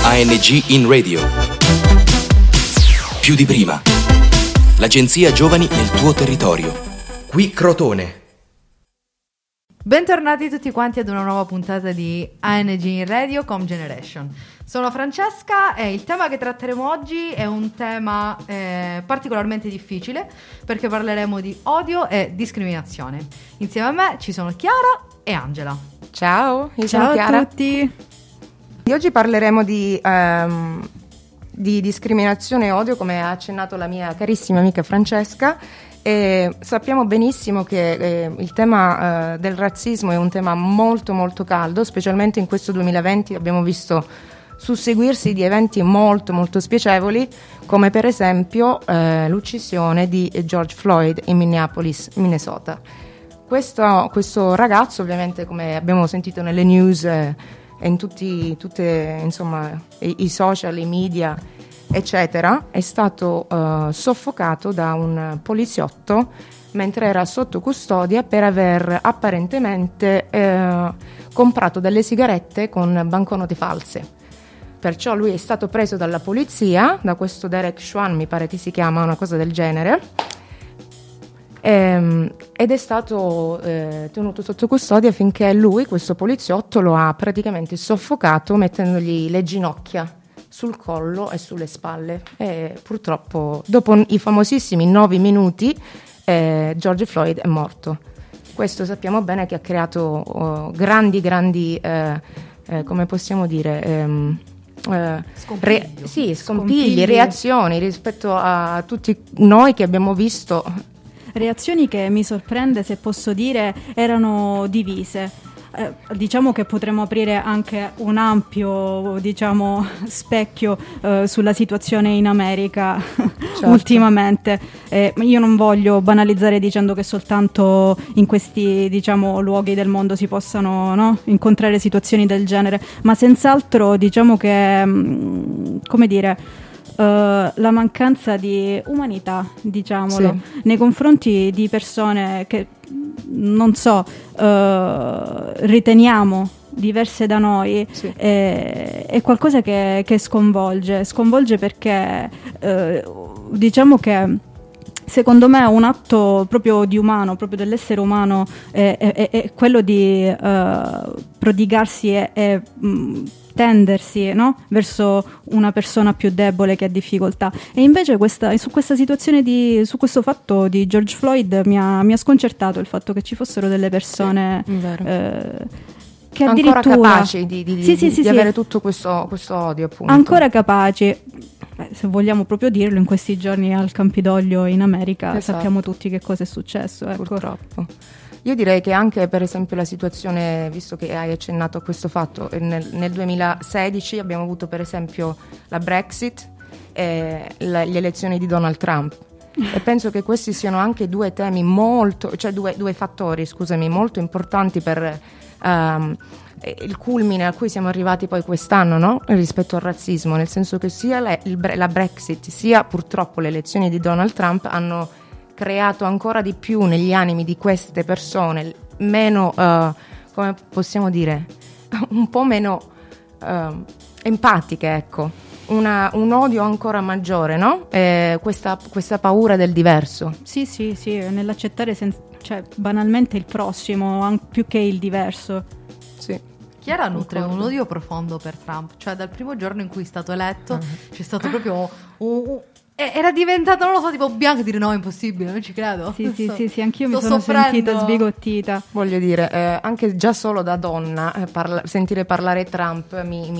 ANG in radio. Più di prima. L'agenzia Giovani nel tuo territorio. Qui Crotone. Bentornati tutti quanti ad una nuova puntata di ANG in Radio Com Generation. Sono Francesca e il tema che tratteremo oggi è un tema particolarmente difficile perché parleremo di odio e discriminazione. Insieme a me ci sono Chiara e Angela. Ciao, io sono Ciao Chiara. a tutti. Oggi parleremo di discriminazione e odio, come ha accennato la mia carissima amica Francesca. E sappiamo benissimo che il tema del razzismo è un tema molto molto caldo, specialmente in questo 2020 abbiamo visto susseguirsi di eventi molto molto spiacevoli, come per esempio l'uccisione di George Floyd in Minneapolis, Minnesota. Questo ragazzo, ovviamente, come abbiamo sentito nelle news e in tutte insomma i social, i media, eccetera, è stato soffocato da un poliziotto mentre era sotto custodia per aver apparentemente comprato delle sigarette con banconote false. Perciò lui è stato preso dalla polizia, da questo Derek Chauvin, mi pare che si chiama, una cosa del genere, ed è stato tenuto sotto custodia finché lui, questo poliziotto, lo ha praticamente soffocato mettendogli le ginocchia sul collo e sulle spalle, e purtroppo dopo i famosissimi 9 minuti George Floyd è morto. Questo sappiamo bene che ha creato grandi come possiamo dire scompigli, reazioni rispetto a tutti noi che abbiamo visto. Reazioni che, mi sorprende se posso dire, erano divise. Diciamo che potremmo aprire anche un ampio, specchio sulla situazione in America, certo, ultimamente. Io non voglio banalizzare dicendo che soltanto in questi, luoghi del mondo si possano, no, incontrare situazioni del genere, ma senz'altro diciamo che, come dire, la mancanza di umanità, diciamolo, sì, nei confronti di persone che non so, riteniamo diverse da noi, sì, è qualcosa che sconvolge perché diciamo che secondo me un atto proprio di umano, proprio dell'essere umano, è quello di prodigarsi e tendersi, no, verso una persona più debole che ha difficoltà. E invece su questa situazione su questo fatto di George Floyd mi ha sconcertato il fatto che ci fossero delle persone, sì, che ancora addirittura capaci di avere tutto questo odio, appunto. Ancora capaci. Se vogliamo proprio dirlo, in questi giorni al Campidoglio in America, esatto, sappiamo tutti che cosa è successo, ecco. Purtroppo. Io direi che anche, per esempio, la situazione, visto che hai accennato a questo fatto, nel 2016 abbiamo avuto per esempio la Brexit e le elezioni di Donald Trump. E penso che questi siano anche due temi due fattori, scusami, molto importanti per il culmine a cui siamo arrivati poi quest'anno, no? Rispetto al razzismo, nel senso che sia la Brexit sia purtroppo le elezioni di Donald Trump hanno creato ancora di più negli animi di queste persone meno, come possiamo dire, un po' meno empatiche, ecco, un odio ancora maggiore, no? Questa paura del diverso. Sì, nell'accettare banalmente il prossimo, più che il diverso. Sì. Chiara nutre un odio profondo per Trump, cioè dal primo giorno in cui è stato eletto c'è stato proprio era diventato, non lo so, tipo bianco, dire no, è impossibile, non ci credo. Sì, anch'io mi sono sentita sbigottita. Voglio dire, anche già solo da donna, sentire parlare Trump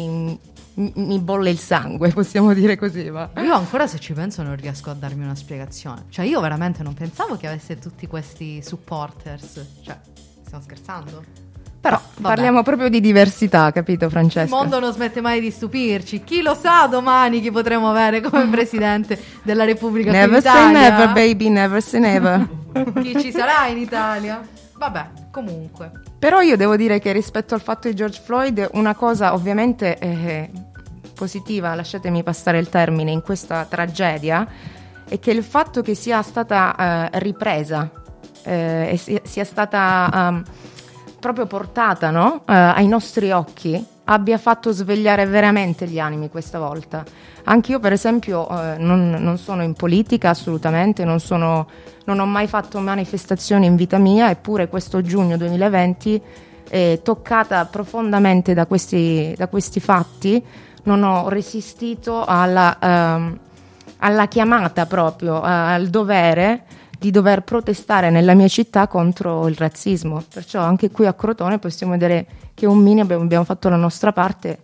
mi bolle il sangue, possiamo dire così, ma io ancora, se ci penso, non riesco a darmi una spiegazione. Cioè, io veramente non pensavo che avesse tutti questi supporters. Cioè, stiamo scherzando? Però parliamo proprio di diversità, capito, Francesca? Il mondo non smette mai di stupirci. Chi lo sa domani chi potremo avere come presidente della Repubblica Never say never, baby, never say never. Chi ci sarà in Italia? Vabbè, comunque. Però io devo dire che rispetto al fatto di George Floyd, una cosa ovviamente positiva, lasciatemi passare il termine, in questa tragedia, è che il fatto che sia stata ripresa e sia stata proprio portata, no? Ai nostri occhi abbia fatto svegliare veramente gli animi questa volta. Anch'io per esempio non sono in politica assolutamente, non ho mai fatto manifestazioni in vita mia, eppure questo giugno 2020 toccata profondamente da questi fatti, non ho resistito alla chiamata proprio, al dovere di dover protestare nella mia città contro il razzismo. Perciò anche qui a Crotone possiamo vedere che un mini abbiamo fatto la nostra parte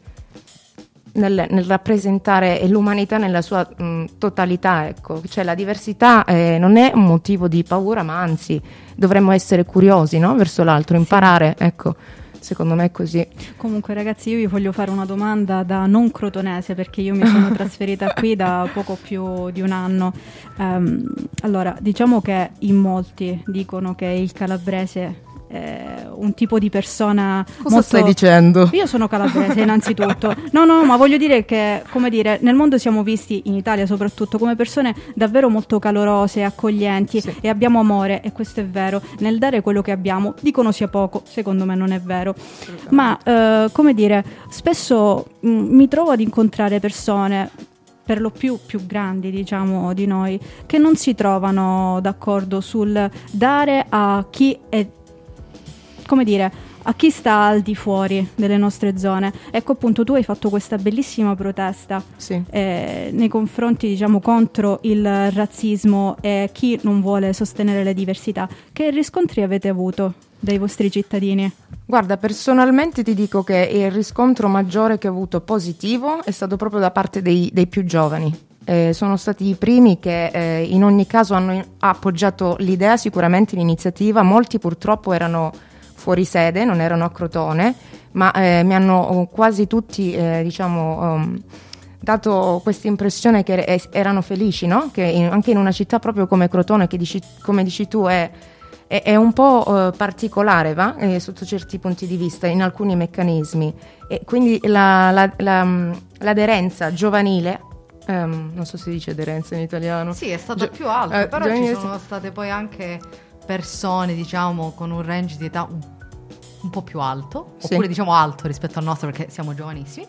nel rappresentare l'umanità nella sua totalità, ecco. Cioè la diversità non è un motivo di paura, ma anzi dovremmo essere curiosi, no? Verso l'altro, imparare, ecco. Secondo me è così. Comunque ragazzi, io vi voglio fare una domanda da non crotonese, perché io mi sono trasferita qui da poco più di un anno. Allora, diciamo che in molti dicono che il calabrese un tipo di persona. Cosa stai dicendo? Io sono calabrese innanzitutto. No, ma voglio dire che, come dire, nel mondo siamo visti, in Italia soprattutto, come persone davvero molto calorose, accoglienti, sì. E abbiamo amore, e questo è vero. Nel dare quello che abbiamo, dicono sia poco, secondo me non è vero. Ma come dire, spesso mi trovo ad incontrare persone, per lo più grandi, diciamo, di noi, che non si trovano d'accordo sul dare a chi è, come dire, a chi sta al di fuori delle nostre zone. Ecco, appunto, tu hai fatto questa bellissima protesta, sì, nei confronti, diciamo, contro il razzismo e chi non vuole sostenere le diversità. Che riscontri avete avuto dai vostri cittadini? Guarda, personalmente ti dico che il riscontro maggiore che ho avuto positivo è stato proprio da parte dei più giovani. Sono stati i primi che in ogni caso hanno appoggiato l'idea, sicuramente l'iniziativa. Molti purtroppo erano fuori sede, non erano a Crotone, ma mi hanno quasi tutti dato questa impressione che erano felici, no? Che anche in una città proprio come Crotone, che come dici tu è un po' particolare, va? Sotto certi punti di vista, in alcuni meccanismi, e quindi l'aderenza giovanile, non so se dice aderenza in italiano. Sì, è stata più alta, però ci sono state poi anche persone, diciamo, con un range di età un po' più alto, sì, oppure diciamo alto rispetto al nostro, perché siamo giovanissimi,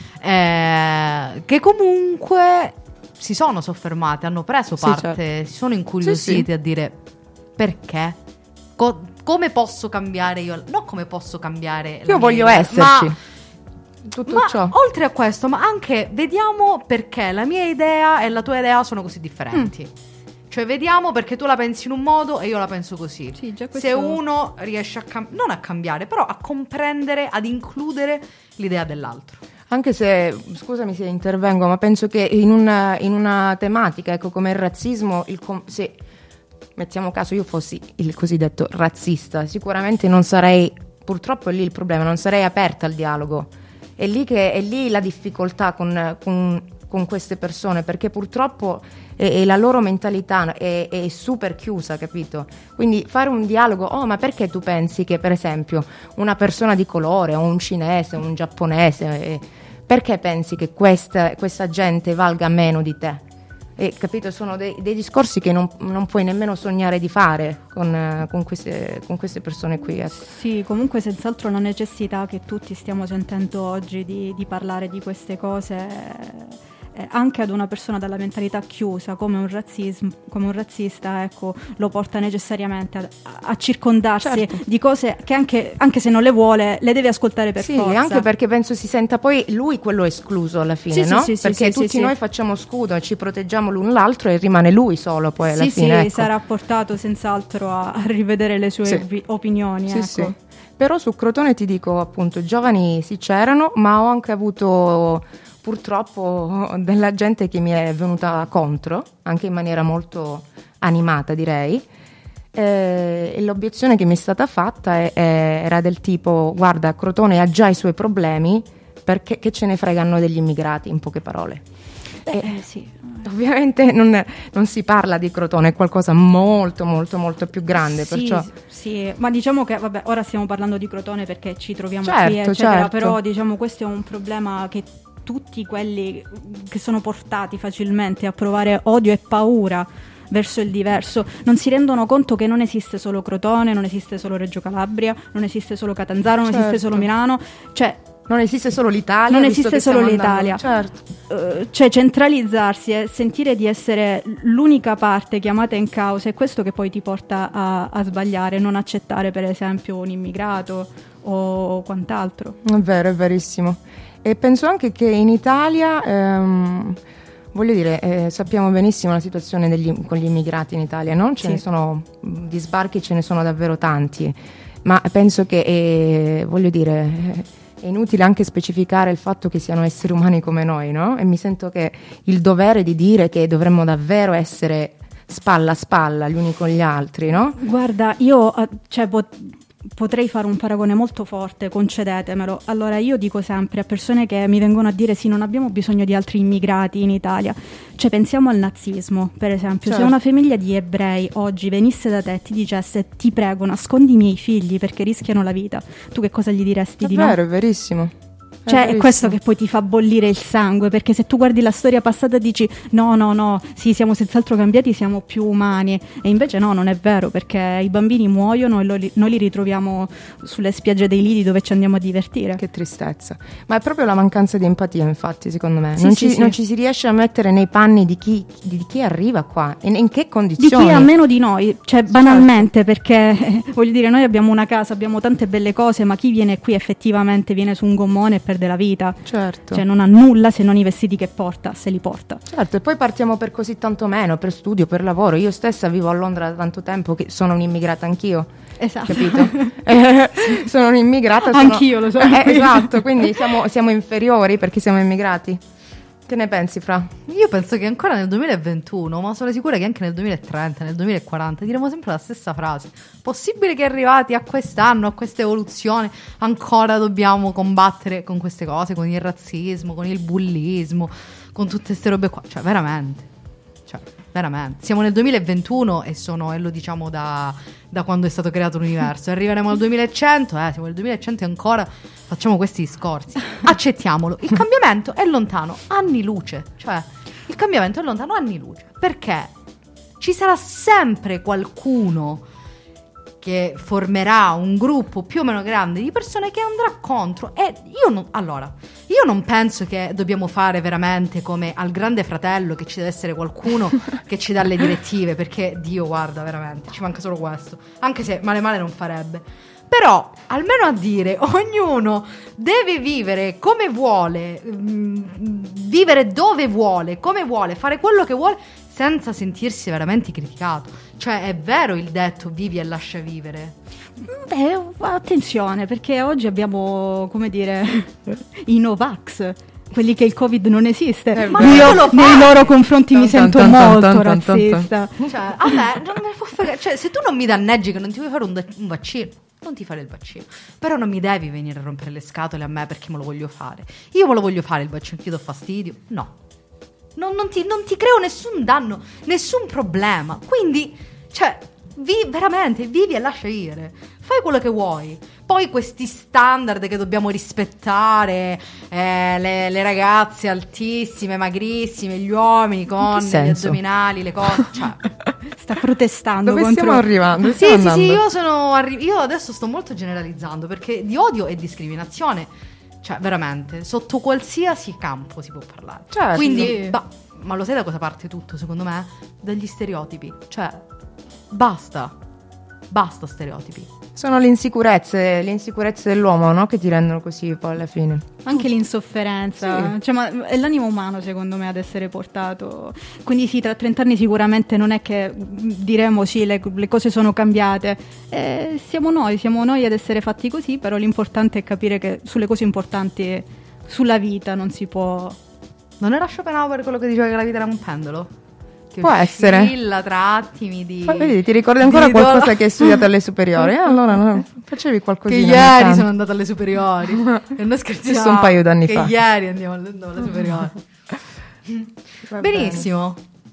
che comunque si sono soffermate, hanno preso parte, sì, certo, si sono incuriositi, sì, a dire perché, come posso cambiare io, non come posso cambiare io voglio idea, esserci, tutto ciò. Oltre a questo, ma anche vediamo perché la mia idea e la tua idea sono così differenti. Cioè vediamo perché tu la pensi in un modo e io la penso così. Sì, già questo... Se uno riesce non a cambiare, però a comprendere, ad includere l'idea dell'altro. Anche se, scusami se intervengo, ma penso che in una tematica, ecco, come il razzismo, se mettiamo caso io fossi il cosiddetto razzista, sicuramente non sarei, purtroppo è lì il problema, non sarei aperta al dialogo. È lì la difficoltà con queste persone, perché purtroppo la loro mentalità è super chiusa, capito? Quindi fare un dialogo, ma perché tu pensi che per esempio una persona di colore o un cinese, un giapponese, perché pensi che questa gente valga meno di te? Capito? Sono dei discorsi che non puoi nemmeno sognare di fare con queste persone qui, ecco. Sì, comunque senz'altro la necessità che tutti stiamo sentendo oggi di parlare di queste cose, anche ad una persona dalla mentalità chiusa come un razzista, ecco, lo porta necessariamente a circondarsi, certo, di cose che anche se non le vuole, le deve ascoltare per forza. Sì, anche perché penso si senta poi lui quello escluso alla fine, sì, no? Sì, perché tutti noi facciamo scudo e ci proteggiamo l'un l'altro e rimane lui solo poi alla fine. Sì, ecco, sarà portato senz'altro a rivedere le sue opinioni, ecco. Sì. Però su Crotone ti dico, appunto, giovani sì c'erano, ma ho anche avuto purtroppo della gente che mi è venuta contro, anche in maniera molto animata, direi. E l'obiezione che mi è stata fatta era del tipo: guarda, Crotone ha già i suoi problemi, perché che ce ne fregano degli immigrati, in poche parole. Sì. Ovviamente non si parla di Crotone, è qualcosa molto molto molto più grande, sì, perciò... Sì, ma diciamo che vabbè, ora stiamo parlando di Crotone perché ci troviamo certo, qui, eccetera, certo, però diciamo questo è un problema che tutti quelli che sono portati facilmente a provare odio e paura verso il diverso non si rendono conto che non esiste solo Crotone, non esiste solo Reggio Calabria, non esiste solo Catanzaro, non esiste solo Milano, cioè Non esiste solo l'Italia. Non visto esiste che solo stiamo l'Italia. Certo. Cioè centralizzarsi e sentire di essere l'unica parte chiamata in causa è questo che poi ti porta a sbagliare, non accettare per esempio un immigrato o quant'altro. È vero, è verissimo. E penso anche che in Italia, voglio dire, sappiamo benissimo la situazione con gli immigrati in Italia, no? Ce ne sono, di sbarchi ce ne sono davvero tanti, ma penso che, voglio dire, è inutile anche specificare il fatto che siano esseri umani come noi, no? E mi sento che il dovere di dire che dovremmo davvero essere spalla a spalla gli uni con gli altri, no? Guarda, io potrei fare un paragone molto forte, concedetemelo. Allora, io dico sempre a persone che mi vengono a dire sì, non abbiamo bisogno di altri immigrati in Italia. Cioè, pensiamo al nazismo, per esempio. Certo. Se una famiglia di ebrei oggi venisse da te e ti dicesse ti prego, nascondi i miei figli perché rischiano la vita, tu che cosa gli diresti È di vero, no? è verissimo. Cioè è questo che poi ti fa bollire il sangue, perché se tu guardi la storia passata e dici no, sì, siamo senz'altro cambiati, siamo più umani, e invece no, non è vero, perché i bambini muoiono e noi li ritroviamo sulle spiagge dei lidi dove ci andiamo a divertire. Che tristezza. Ma è proprio la mancanza di empatia, infatti, secondo me. Sì, non ci si riesce a mettere nei panni di chi arriva qua, in che Di condizioni. chi ha meno di noi, cioè banalmente, perché voglio dire, noi abbiamo una casa, abbiamo tante belle cose, ma chi viene qui effettivamente viene su un gommone per della vita, Certo. cioè non ha nulla se non i vestiti che porta, se li porta. Certo, e poi partiamo per così tanto meno, per studio, per lavoro. Io stessa vivo a Londra da tanto tempo, che sono un'immigrata anch'io, Esatto. capito? Sono un'immigrata. Anch'io lo so. Esatto, quindi siamo inferiori perché siamo immigrati. Che ne pensi, Fra? Io penso che ancora nel 2021, ma sono sicura che anche nel 2030, nel 2040 diremo sempre la stessa frase. Possibile che arrivati a quest'anno, a questa evoluzione, ancora dobbiamo combattere con queste cose, con il razzismo, con il bullismo, con tutte queste robe qua? Cioè, veramente. Siamo nel 2021 e lo diciamo da quando è stato creato l'universo. Arriveremo al 2100, siamo nel 2100 e ancora facciamo questi discorsi. Accettiamolo. Il cambiamento è lontano anni luce. Cioè, il cambiamento è lontano anni luce. Perché ci sarà sempre qualcuno che formerà un gruppo più o meno grande di persone che andrà contro. E io non penso che dobbiamo fare veramente come al Grande Fratello, che ci deve essere qualcuno che ci dà le direttive, perché Dio, guarda, veramente ci manca solo questo, anche se male non farebbe. Però almeno a dire ognuno deve vivere come vuole, vivere dove vuole, come vuole, fare quello che vuole, senza sentirsi veramente criticato. Cioè, è vero il detto vivi e lascia vivere? Beh, attenzione, perché oggi abbiamo, come dire, i Novax, quelli che il Covid non esiste. Ma io lo nei loro confronti mi sento molto tan. razzista. Cioè, a me non me ne può fregare. Cioè, se tu non mi danneggi che non ti vuoi fare un vaccino, non ti fare il vaccino. Però non mi devi venire a rompere le scatole a me perché me lo voglio fare. Io me lo voglio fare il vaccino, ti do fastidio? No. Non ti creo nessun danno, nessun problema. Quindi, cioè, veramente, vivi e lascia vivere. Fai quello che vuoi. Poi questi standard che dobbiamo rispettare, le ragazze altissime, magrissime, gli uomini con gli addominali, le cose, cioè... Sta protestando Dove contro... stiamo arrivando? Sì, io adesso sto molto generalizzando, perché di odio e discriminazione, cioè veramente, sotto qualsiasi campo si può parlare. Certo. Quindi, ma lo sai da cosa parte tutto, secondo me? Dagli stereotipi. Cioè, basta stereotipi. Sono le insicurezze dell'uomo, no? Che ti rendono così poi alla fine. Anche l'insofferenza, Sì. cioè, ma è l'animo umano secondo me ad essere portato. Quindi sì, tra 30 anni sicuramente non è che diremo sì, le cose sono cambiate. Siamo noi ad essere fatti così, però l'importante è capire che sulle cose importanti sulla vita non si può... Non era Schopenhauer quello che diceva che la vita era un pendolo? Che Può essere. oscilla tra attimi di... Vedi, ti ricordi ancora qualcosa che hai studiato alle superiori? Allora no, facevi qualcosina. Che ieri sono andata alle superiori. E non scherziamo. Giusto un paio d'anni fa. Che ieri andavo alle superiori. Benissimo.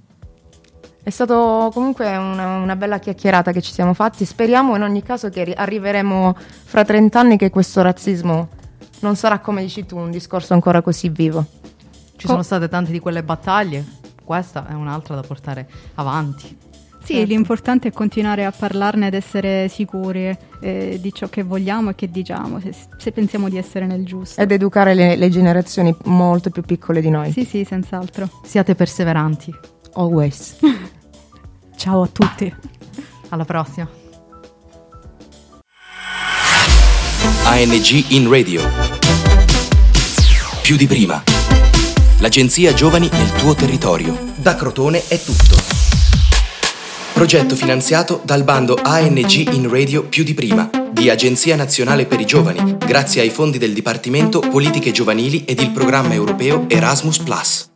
È stato comunque una bella chiacchierata che ci siamo fatti. Speriamo in ogni caso che arriveremo fra 30 anni che questo razzismo non sarà, come dici tu, un discorso ancora così vivo. Ci sono state tante di quelle battaglie. Questa è un'altra da portare avanti. Sì, Certo. l'importante è continuare a parlarne ed essere sicuri di ciò che vogliamo e che diciamo, se pensiamo di essere nel giusto. Ed educare le generazioni molto più piccole di noi. Sì, sì, senz'altro. Siate perseveranti. Always. Ciao a tutti. Alla prossima. ANG in Radio. Più di prima. L'agenzia Giovani nel tuo territorio. Da Crotone è tutto. Progetto finanziato dal bando ANG in Radio Più di prima di Agenzia Nazionale per i Giovani, grazie ai fondi del Dipartimento Politiche Giovanili ed il programma europeo Erasmus+.